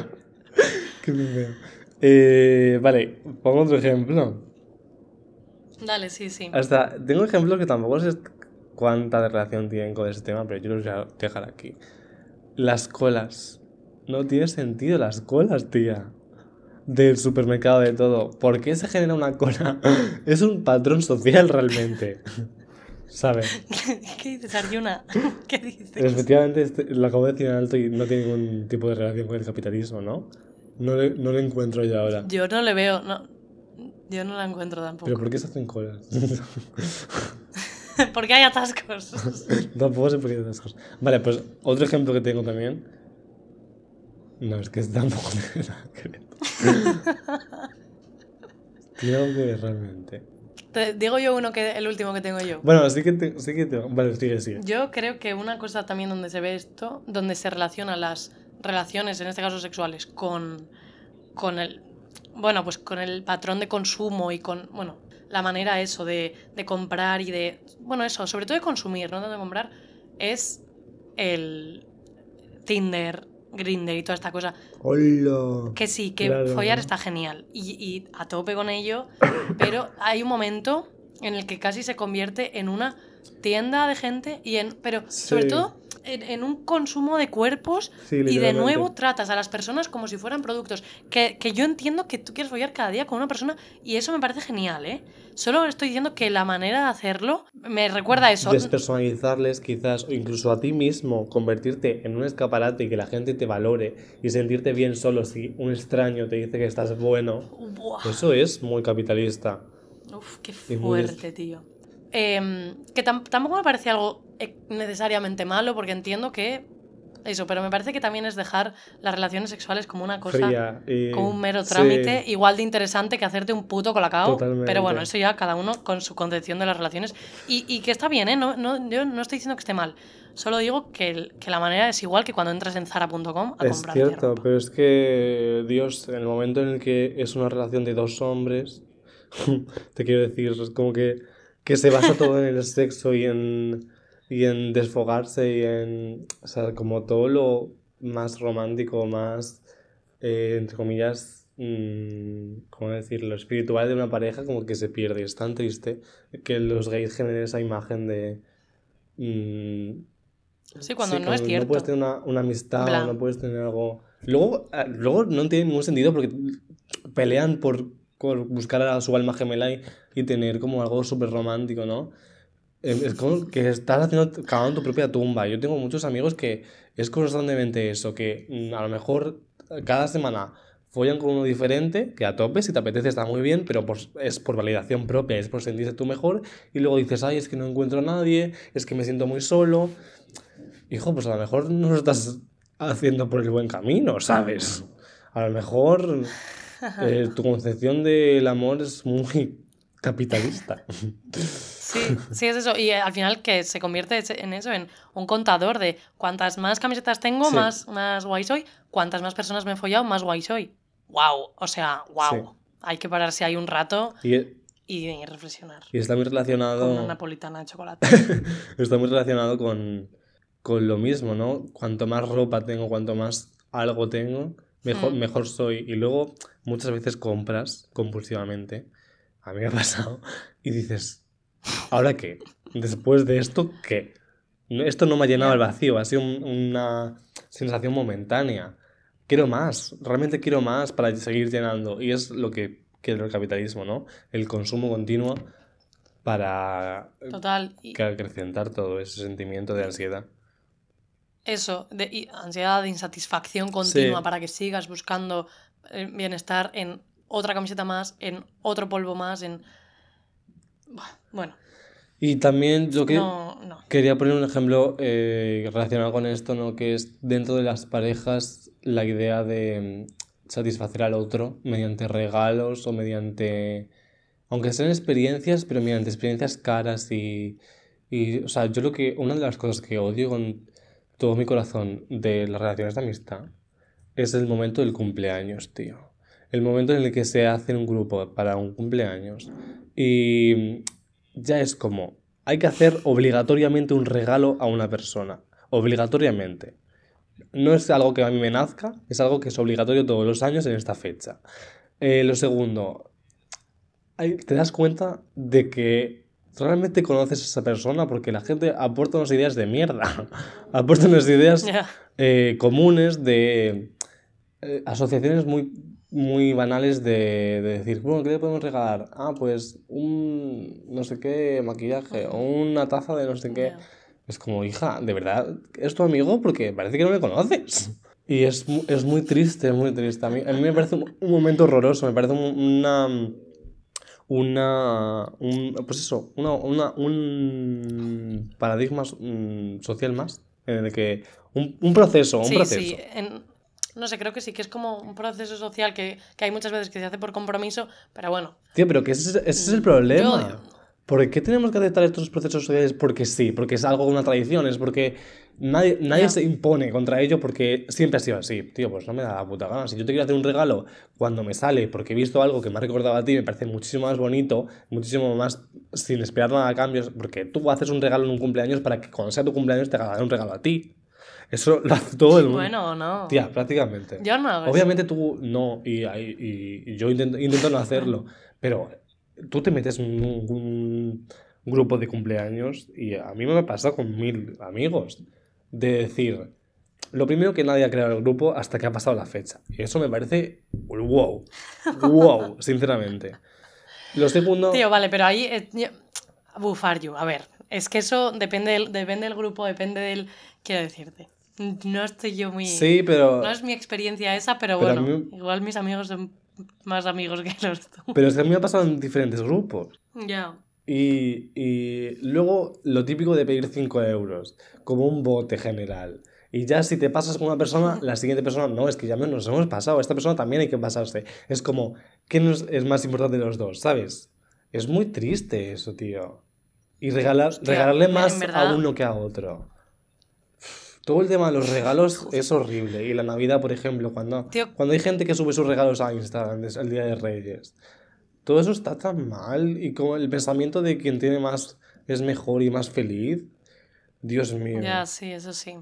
Qué bien veo. Eh, vale, pongo otro ejemplo. Dale, sí, sí. Hasta, tengo ejemplos que tampoco sé cuánta relación tienen con este tema, pero yo los voy a dejar aquí. Las colas. No tiene sentido las colas, tía. Del supermercado, de todo. ¿Por qué se genera una cola? Es un patrón social realmente. ¿Sabes? ¿Qué dices, Arjuna? ¿Qué dices? Efectivamente, este- lo acabo de decir en alto y no tiene ningún tipo de relación con el capitalismo, ¿no? No le, no lo encuentro yo ahora. Yo no le veo, no. Yo no la encuentro tampoco. ¿Pero por qué se hacen colas? Porque hay atascos. Tampoco sé por qué hay atascos. Vale, pues otro ejemplo que tengo también. No, es que es tampoco tiene nada que ver. Tiene algo que ver realmente. Te digo yo uno que el último que tengo yo. Bueno, sí que te, sí que te, vale, sigue, sigue. Yo creo que una cosa también donde se ve esto, donde se relacionan las relaciones, en este caso sexuales, con, con el, bueno, pues con el patrón de consumo y con, bueno, la manera eso de, de comprar y de, bueno, eso, sobre todo de consumir, no tanto de comprar, es el Tinder, Grindr y toda esta cosa. ¡Hola! Que sí, que Claro. follar está genial y, y a tope con ello, pero hay un momento en el que casi se convierte en una tienda de gente y en, pero sobre Sí. todo en, en un consumo de cuerpos Sí, y de literalmente. nuevo tratas a las personas como si fueran productos. Que, que yo entiendo que tú quieres follar cada día con una persona y eso me parece genial, ¿eh? Solo estoy diciendo que la manera de hacerlo me recuerda a eso. Despersonalizarles quizás, o incluso a ti mismo, convertirte en un escaparate y que la gente te valore y sentirte bien solo si un extraño te dice que estás bueno. Buah. Eso es muy capitalista. Uf, qué Y muy des- fuerte, tío. Eh, que tam- tampoco me parece algo eh, necesariamente malo, porque entiendo que eso, pero me parece que también es dejar las relaciones sexuales como una cosa, Fría y... como un mero sí. trámite, igual de interesante que hacerte un puto colacao. Totalmente. Pero bueno, eso ya cada uno con su concepción de las relaciones. Y, y que está bien, ¿eh? No, no, yo no estoy diciendo que esté mal. Solo digo que, el- que la manera es igual que cuando entras en zara punto com a Es comprarte cierto, ropa. pero es que, Dios, en el momento en el que es una relación de dos hombres, te quiero decir, es como que, que se basa todo en el sexo y en, y en desfogarse y en, o sea, como todo lo más romántico, más, eh, entre comillas, mm, ¿cómo decirlo? Lo espiritual de una pareja como que se pierde. Y es tan triste que los gays generen esa imagen de... mm, Sí, cuando sí, no es cuando cierto. no puedes tener una, una amistad Bla. o no puedes tener algo... Luego, eh, luego no tiene ningún sentido porque pelean por, por buscar a su alma gemela y, y tener como algo súper romántico, ¿no? Eh, Es como que estás haciendo, cavando tu propia tumba. Yo tengo muchos amigos que es constantemente eso, que mm, a lo mejor cada semana follan con uno diferente, que a tope, si te apetece está muy bien, pero por- es por validación propia, es por sentirse tú mejor, y luego dices, ay, es que no encuentro a nadie, es que me siento muy solo. Hijo, pues a lo mejor no lo estás haciendo por el buen camino, ¿sabes? A lo mejor eh, tu concepción del amor es muy capitalista. Sí, sí, es eso. Y eh, al final que se convierte ese- en eso, en un contador de cuantas más camisetas tengo, Sí. más, más guay soy. Cuantas más personas me he follado, más guay soy. ¡Wow! O sea, wow. Sí. Hay que pararse ahí un rato Y, y, y reflexionar. y está muy Con una relacionado, napolitana de chocolate. está muy relacionado con, con lo mismo, ¿no? Cuanto más ropa tengo, cuanto más algo tengo, mejor, Hmm. mejor soy. Y luego muchas veces compras compulsivamente. A mí me ha pasado. Y dices, ¿ahora qué? Después de esto, ¿qué? No- Esto no me ha llenado Ya. el vacío, ha sido un- una sensación momentánea. Quiero más, realmente quiero más para seguir llenando. Y es lo que quiere el capitalismo, ¿no? El consumo continuo para Total. Y que acrecentar todo ese sentimiento de ansiedad. eso, de y ansiedad, de insatisfacción continua Sí. para que sigas buscando eh, bienestar en otra camiseta más, en otro polvo más, en... Buah, bueno, Y también yo que no, no. quería poner un ejemplo eh, relacionado con esto, ¿no? Que es dentro de las parejas la idea de mm, satisfacer al otro mediante regalos o mediante, aunque sean experiencias, pero mediante experiencias caras y, y, o sea, yo lo que, una de las cosas que odio con todo mi corazón de las relaciones de amistad es el momento del cumpleaños, tío. El momento en el que se hace un grupo para un cumpleaños y ya es como, hay que hacer obligatoriamente un regalo a una persona. Obligatoriamente. No es algo que a mí me nazca, es algo que es obligatorio todos los años en esta fecha. Eh, lo segundo, ahí te das cuenta de que realmente conoces a esa persona porque la gente aporta unas ideas de mierda. Aporta unas ideas Ya. eh, comunes de eh, asociaciones muy, muy banales de, de decir, bueno, ¿qué le podemos regalar? Ah, pues un no sé qué maquillaje o una taza de no sé qué. Ya. Es como, hija, ¿de verdad es tu amigo? Porque parece que no me conoces. Y es, mu- es muy triste, muy triste. A mí, a mí me parece un, un momento horroroso, me parece un, una, una, un, pues eso, una, una, un paradigma mm, social más, en el que un, un proceso, un Sí, proceso. sí. En, no sé, creo que sí, que es como un proceso social que, que hay muchas veces que se hace por compromiso, pero bueno. Tío, pero que ese, es- ese es el mm, problema. Yo, ¿Por qué tenemos que aceptar estos procesos sociales? Porque sí, porque es algo, una tradición, es porque nadie, nadie ya. se impone contra ello porque siempre ha sido así. Tío, pues no me da la puta gana. Si yo te quiero hacer un regalo cuando me sale porque he visto algo que me ha recordado a ti, me parece muchísimo más bonito, muchísimo más sin esperar nada a cambio, porque tú haces un regalo en un cumpleaños para que cuando sea tu cumpleaños te hagan un regalo a ti. Eso lo hace todo el mundo. Bueno, no. Tía, prácticamente. Yo no hago Obviamente eso. tú no, y, y- y yo intento, intento no hacerlo, pero tú te metes en un, un grupo de cumpleaños y a mí me ha pasado con mil amigos de decir, lo primero que nadie ha creado el grupo hasta que ha pasado la fecha. Y eso me parece wow, wow, sinceramente. Lo segundo, Tío, vale, pero ahí... eh, yo- Bufar you. A ver, es que eso depende del, depende del grupo, depende del... Quiero decirte. No estoy yo muy... sí, pero, No es mi experiencia esa, pero, pero a bueno, mí, igual mis amigos son más amigos que los tuyos. pero es que a mí me ha pasado en diferentes grupos. Ya. Y, y luego lo típico de pedir cinco euros, como un bote general. Y ya si te pasas con una persona, la siguiente persona, no, es que ya nos hemos pasado, esta persona también hay que pasarse. Es como, ¿qué nos es más importante de los dos? ¿Sabes? Es muy triste eso, tío. Y regalar, Hostia, regalarle en más a verdad... uno que a otro. Todo el tema de los regalos es horrible. Y la Navidad, por ejemplo, cuando, Tío, cuando hay gente que sube sus regalos a Instagram el Día de Reyes. Todo eso está tan mal y como el pensamiento de quien tiene más es mejor y más feliz. Dios mío. ya, sí, eso sí.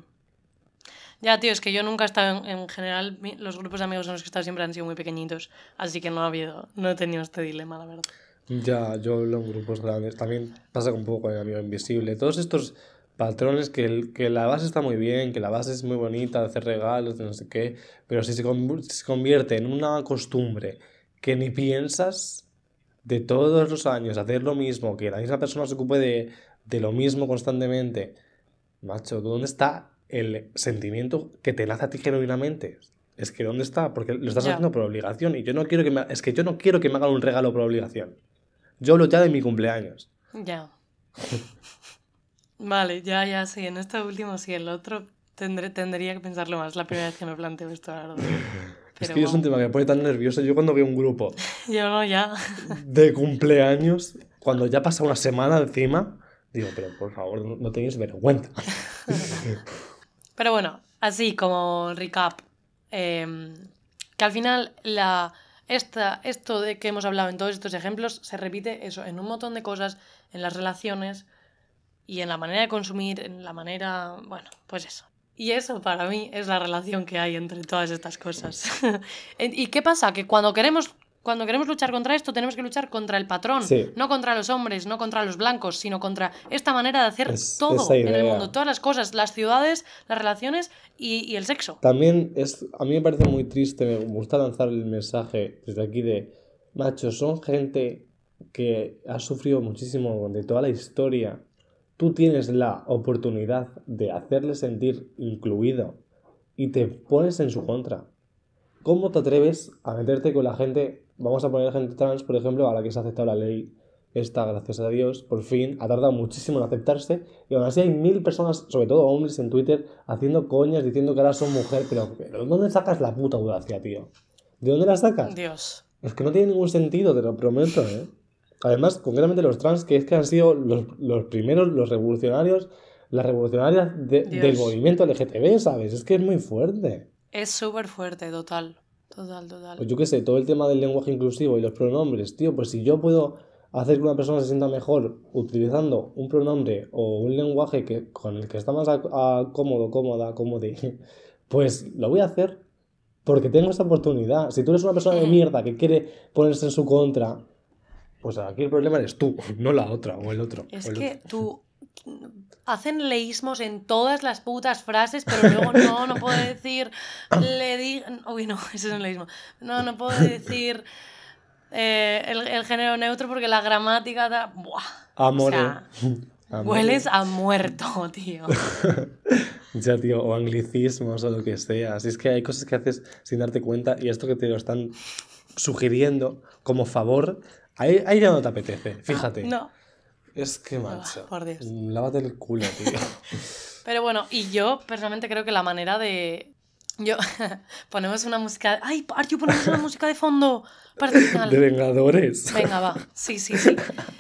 Ya, tío, es que yo nunca he estado en, en general, mi- los grupos de amigos en los que he estado siempre han sido muy pequeñitos, así que no ha habido, no he tenido este dilema, la verdad. Ya, yo hablo en grupos grandes. También pasa un poco con el amigo invisible. Todos estos patrones que, el- que la base está muy bien, que la base es muy bonita, de hacer regalos, de no sé qué, pero si se, conv- se convierte en una costumbre que ni piensas de todos los años hacer lo mismo, que la misma persona se ocupe de, de lo mismo constantemente. Macho, ¿dónde está el sentimiento que te nace a ti genuinamente? Es que ¿dónde está? Porque lo estás Ya, haciendo por obligación y yo no quiero que me, es que yo no quiero que me hagan un regalo por obligación. Yo hablo ya de mi cumpleaños. ya. Vale, ya, ya, sí, en este último sí, el otro tendré, tendría que pensarlo más, la primera vez que me planteo esto, la verdad. Es Pero que es un wow. tema que me pone tan nervioso. Yo cuando veo un grupo Yo no, ya. de cumpleaños, cuando ya pasa una semana encima, digo, pero por favor, no, no tenéis vergüenza. Pero bueno, así como recap, em, que al final la, esta, esto de que hemos hablado en todos estos ejemplos se repite eso en un montón de cosas, en las relaciones y en la manera de consumir, en la manera, bueno, pues eso. Y eso para mí es la relación que hay entre todas estas cosas. ¿Y qué pasa? Que cuando queremos, cuando queremos luchar contra esto, tenemos que luchar contra el patrón, Sí, no contra los hombres, no contra los blancos, sino contra esta manera de hacer es esa todo en el mundo, idea. todas las cosas, las ciudades, las relaciones y, y el sexo. También es, a mí me parece muy triste, me gusta lanzar el mensaje desde aquí de, machos, son gente que ha sufrido muchísimo de toda la historia. Tú tienes la oportunidad de hacerle sentir incluido y te pones en su contra. ¿Cómo te atreves a meterte con la gente? Vamos a poner gente trans, por ejemplo, a la que se ha aceptado la ley esta, gracias a Dios, por fin, ha tardado muchísimo en aceptarse y aún así hay mil personas, sobre todo hombres en Twitter, haciendo coñas diciendo que ahora son mujer, pero, pero ¿dónde sacas la puta audacia, tío? ¿De dónde la sacas? Dios. Es que no tiene ningún sentido, te lo prometo, ¿eh? Además, concretamente los trans, que es que han sido los, los primeros, los revolucionarios, las revolucionarias de- del Dios. movimiento L G T B, ¿sabes? Es que es muy fuerte. Es súper fuerte, total. Total, total. Pues yo qué sé, todo el tema del lenguaje inclusivo y los pronombres, tío, pues si yo puedo hacer que una persona se sienta mejor utilizando un pronombre o un lenguaje que, con el que está más a- a- cómodo, cómoda, cómodo, pues lo voy a hacer porque tengo esa oportunidad. Si tú eres una persona de Ujú. mierda que quiere ponerse en su contra, pues aquí el problema eres tú, no la otra o el otro. Es o el que otro. tú... Hacen leísmos en todas las putas frases, pero luego no, no puedo decir... Le di... Uy, no, ese es un leísmo. No, no puedo decir eh, el, el género neutro porque la gramática... Da... Buah. O Amore. sea, Amore. hueles a muerto, tío. Ya, tío, o anglicismos o lo que sea. Así es que hay cosas que haces sin darte cuenta y esto que te lo están sugiriendo como favor Ahí, ahí ya no te apetece, fíjate. No. Es que, macho, Oh, por Dios. lávate el culo, tío. Pero bueno, y yo personalmente creo que la manera de... Yo... ponemos una música... ¡Ay, Arju, ponemos una música de fondo! Para el final. De Vengadores. Venga, va. Sí, sí, sí.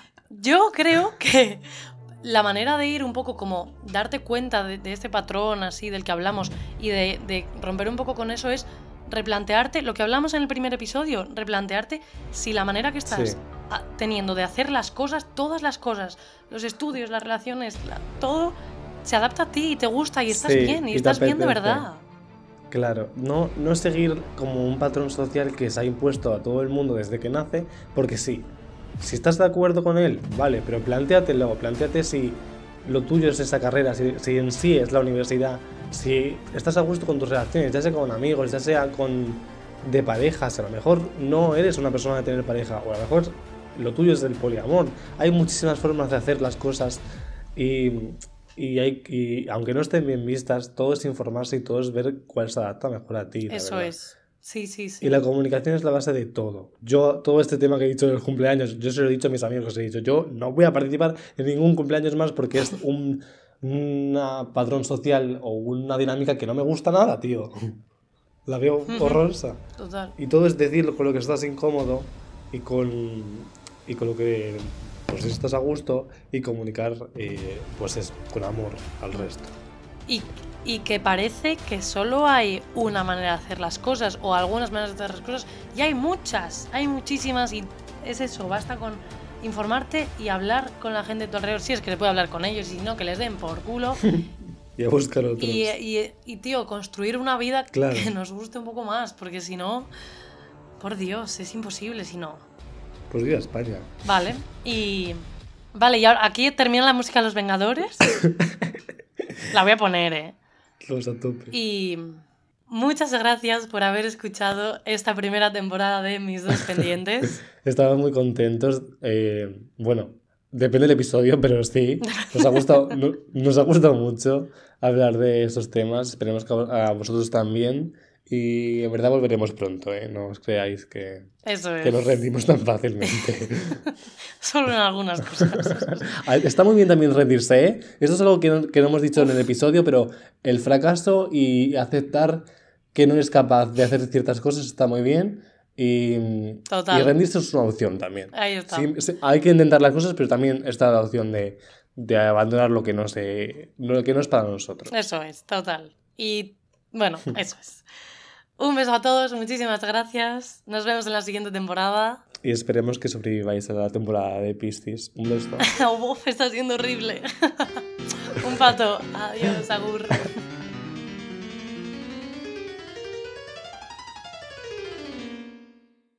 Yo creo que la manera de ir un poco como darte cuenta de, de este patrón así del que hablamos y de, de romper un poco con eso es replantearte lo que hablamos en el primer episodio, replantearte si la manera que estás Sí. a- teniendo de hacer las cosas, todas las cosas, los estudios, las relaciones, la- todo se adapta a ti y te gusta y estás Sí, bien y, y te estás bien de apetece. verdad. Claro, no, no seguir como un patrón social que se ha impuesto a todo el mundo desde que nace, porque sí, si estás de acuerdo con él, vale, pero plantéatelo, plantéate si lo tuyo es esa carrera, si, si en sí es la universidad, si estás a gusto con tus relaciones, ya sea con amigos, ya sea con de parejas, a lo mejor no eres una persona de tener pareja, o a lo mejor lo tuyo es el poliamor. Hay muchísimas formas de hacer las cosas y, y, hay, y aunque no estén bien vistas, todo es informarse y todo es ver cuál se adapta mejor a ti. la Eso verdad. es. Sí, sí, sí. Y la comunicación es la base de todo. Yo, todo este tema que he dicho del cumpleaños, yo se lo he dicho a mis amigos, he dicho, yo no voy a participar en ningún cumpleaños más porque es un una patrón social o una dinámica que no me gusta nada, tío. La veo Ujú. horrorosa. Total. Y todo es decir con lo que estás incómodo y con, y con lo que pues estás a gusto y comunicar eh, pues eso, con amor al resto. Y, y que parece que solo hay una manera de hacer las cosas o algunas maneras de hacer las cosas y hay muchas, hay muchísimas y es eso, basta con informarte y hablar con la gente de tu alrededor, si es que se puede hablar con ellos y si no, que les den por culo Y a buscar otros. y, y, y tío, construir una vida Claro. que nos guste un poco más, porque si no, por Dios, es imposible si no. Pues viva España. Vale, y... Vale, y ahora aquí termina la música de Los Vengadores. La voy a poner, eh. Los a tope. Y muchas gracias por haber escuchado esta primera temporada de Mis Dos Pendientes. Estamos muy contentos. eh, bueno, depende del episodio, pero sí. Nos ha gustado, no- nos ha gustado mucho hablar de esos temas. Esperemos que a a vosotros también. Y en verdad volveremos pronto, ¿eh? No os creáis que, Eso que nos es. rendimos tan fácilmente. Solo en algunas cosas. Ah, está muy bien también rendirse, ¿eh? Esto es algo que no, que no hemos dicho en el episodio, pero el fracaso y aceptar que no eres capaz de hacer ciertas cosas está muy bien. Y, Total. y rendirse es una opción también. Ahí está. Sí, sí, hay que intentar las cosas, pero también está la opción de, de abandonar lo que no, se, lo que no es para nosotros. Eso es, total. Y bueno, eso es. Un beso a todos, muchísimas gracias. Nos vemos en la siguiente temporada. Y esperemos que sobreviváis a la temporada de Piscis. Un beso. Uf, está siendo horrible. Un pato. Adiós, agur.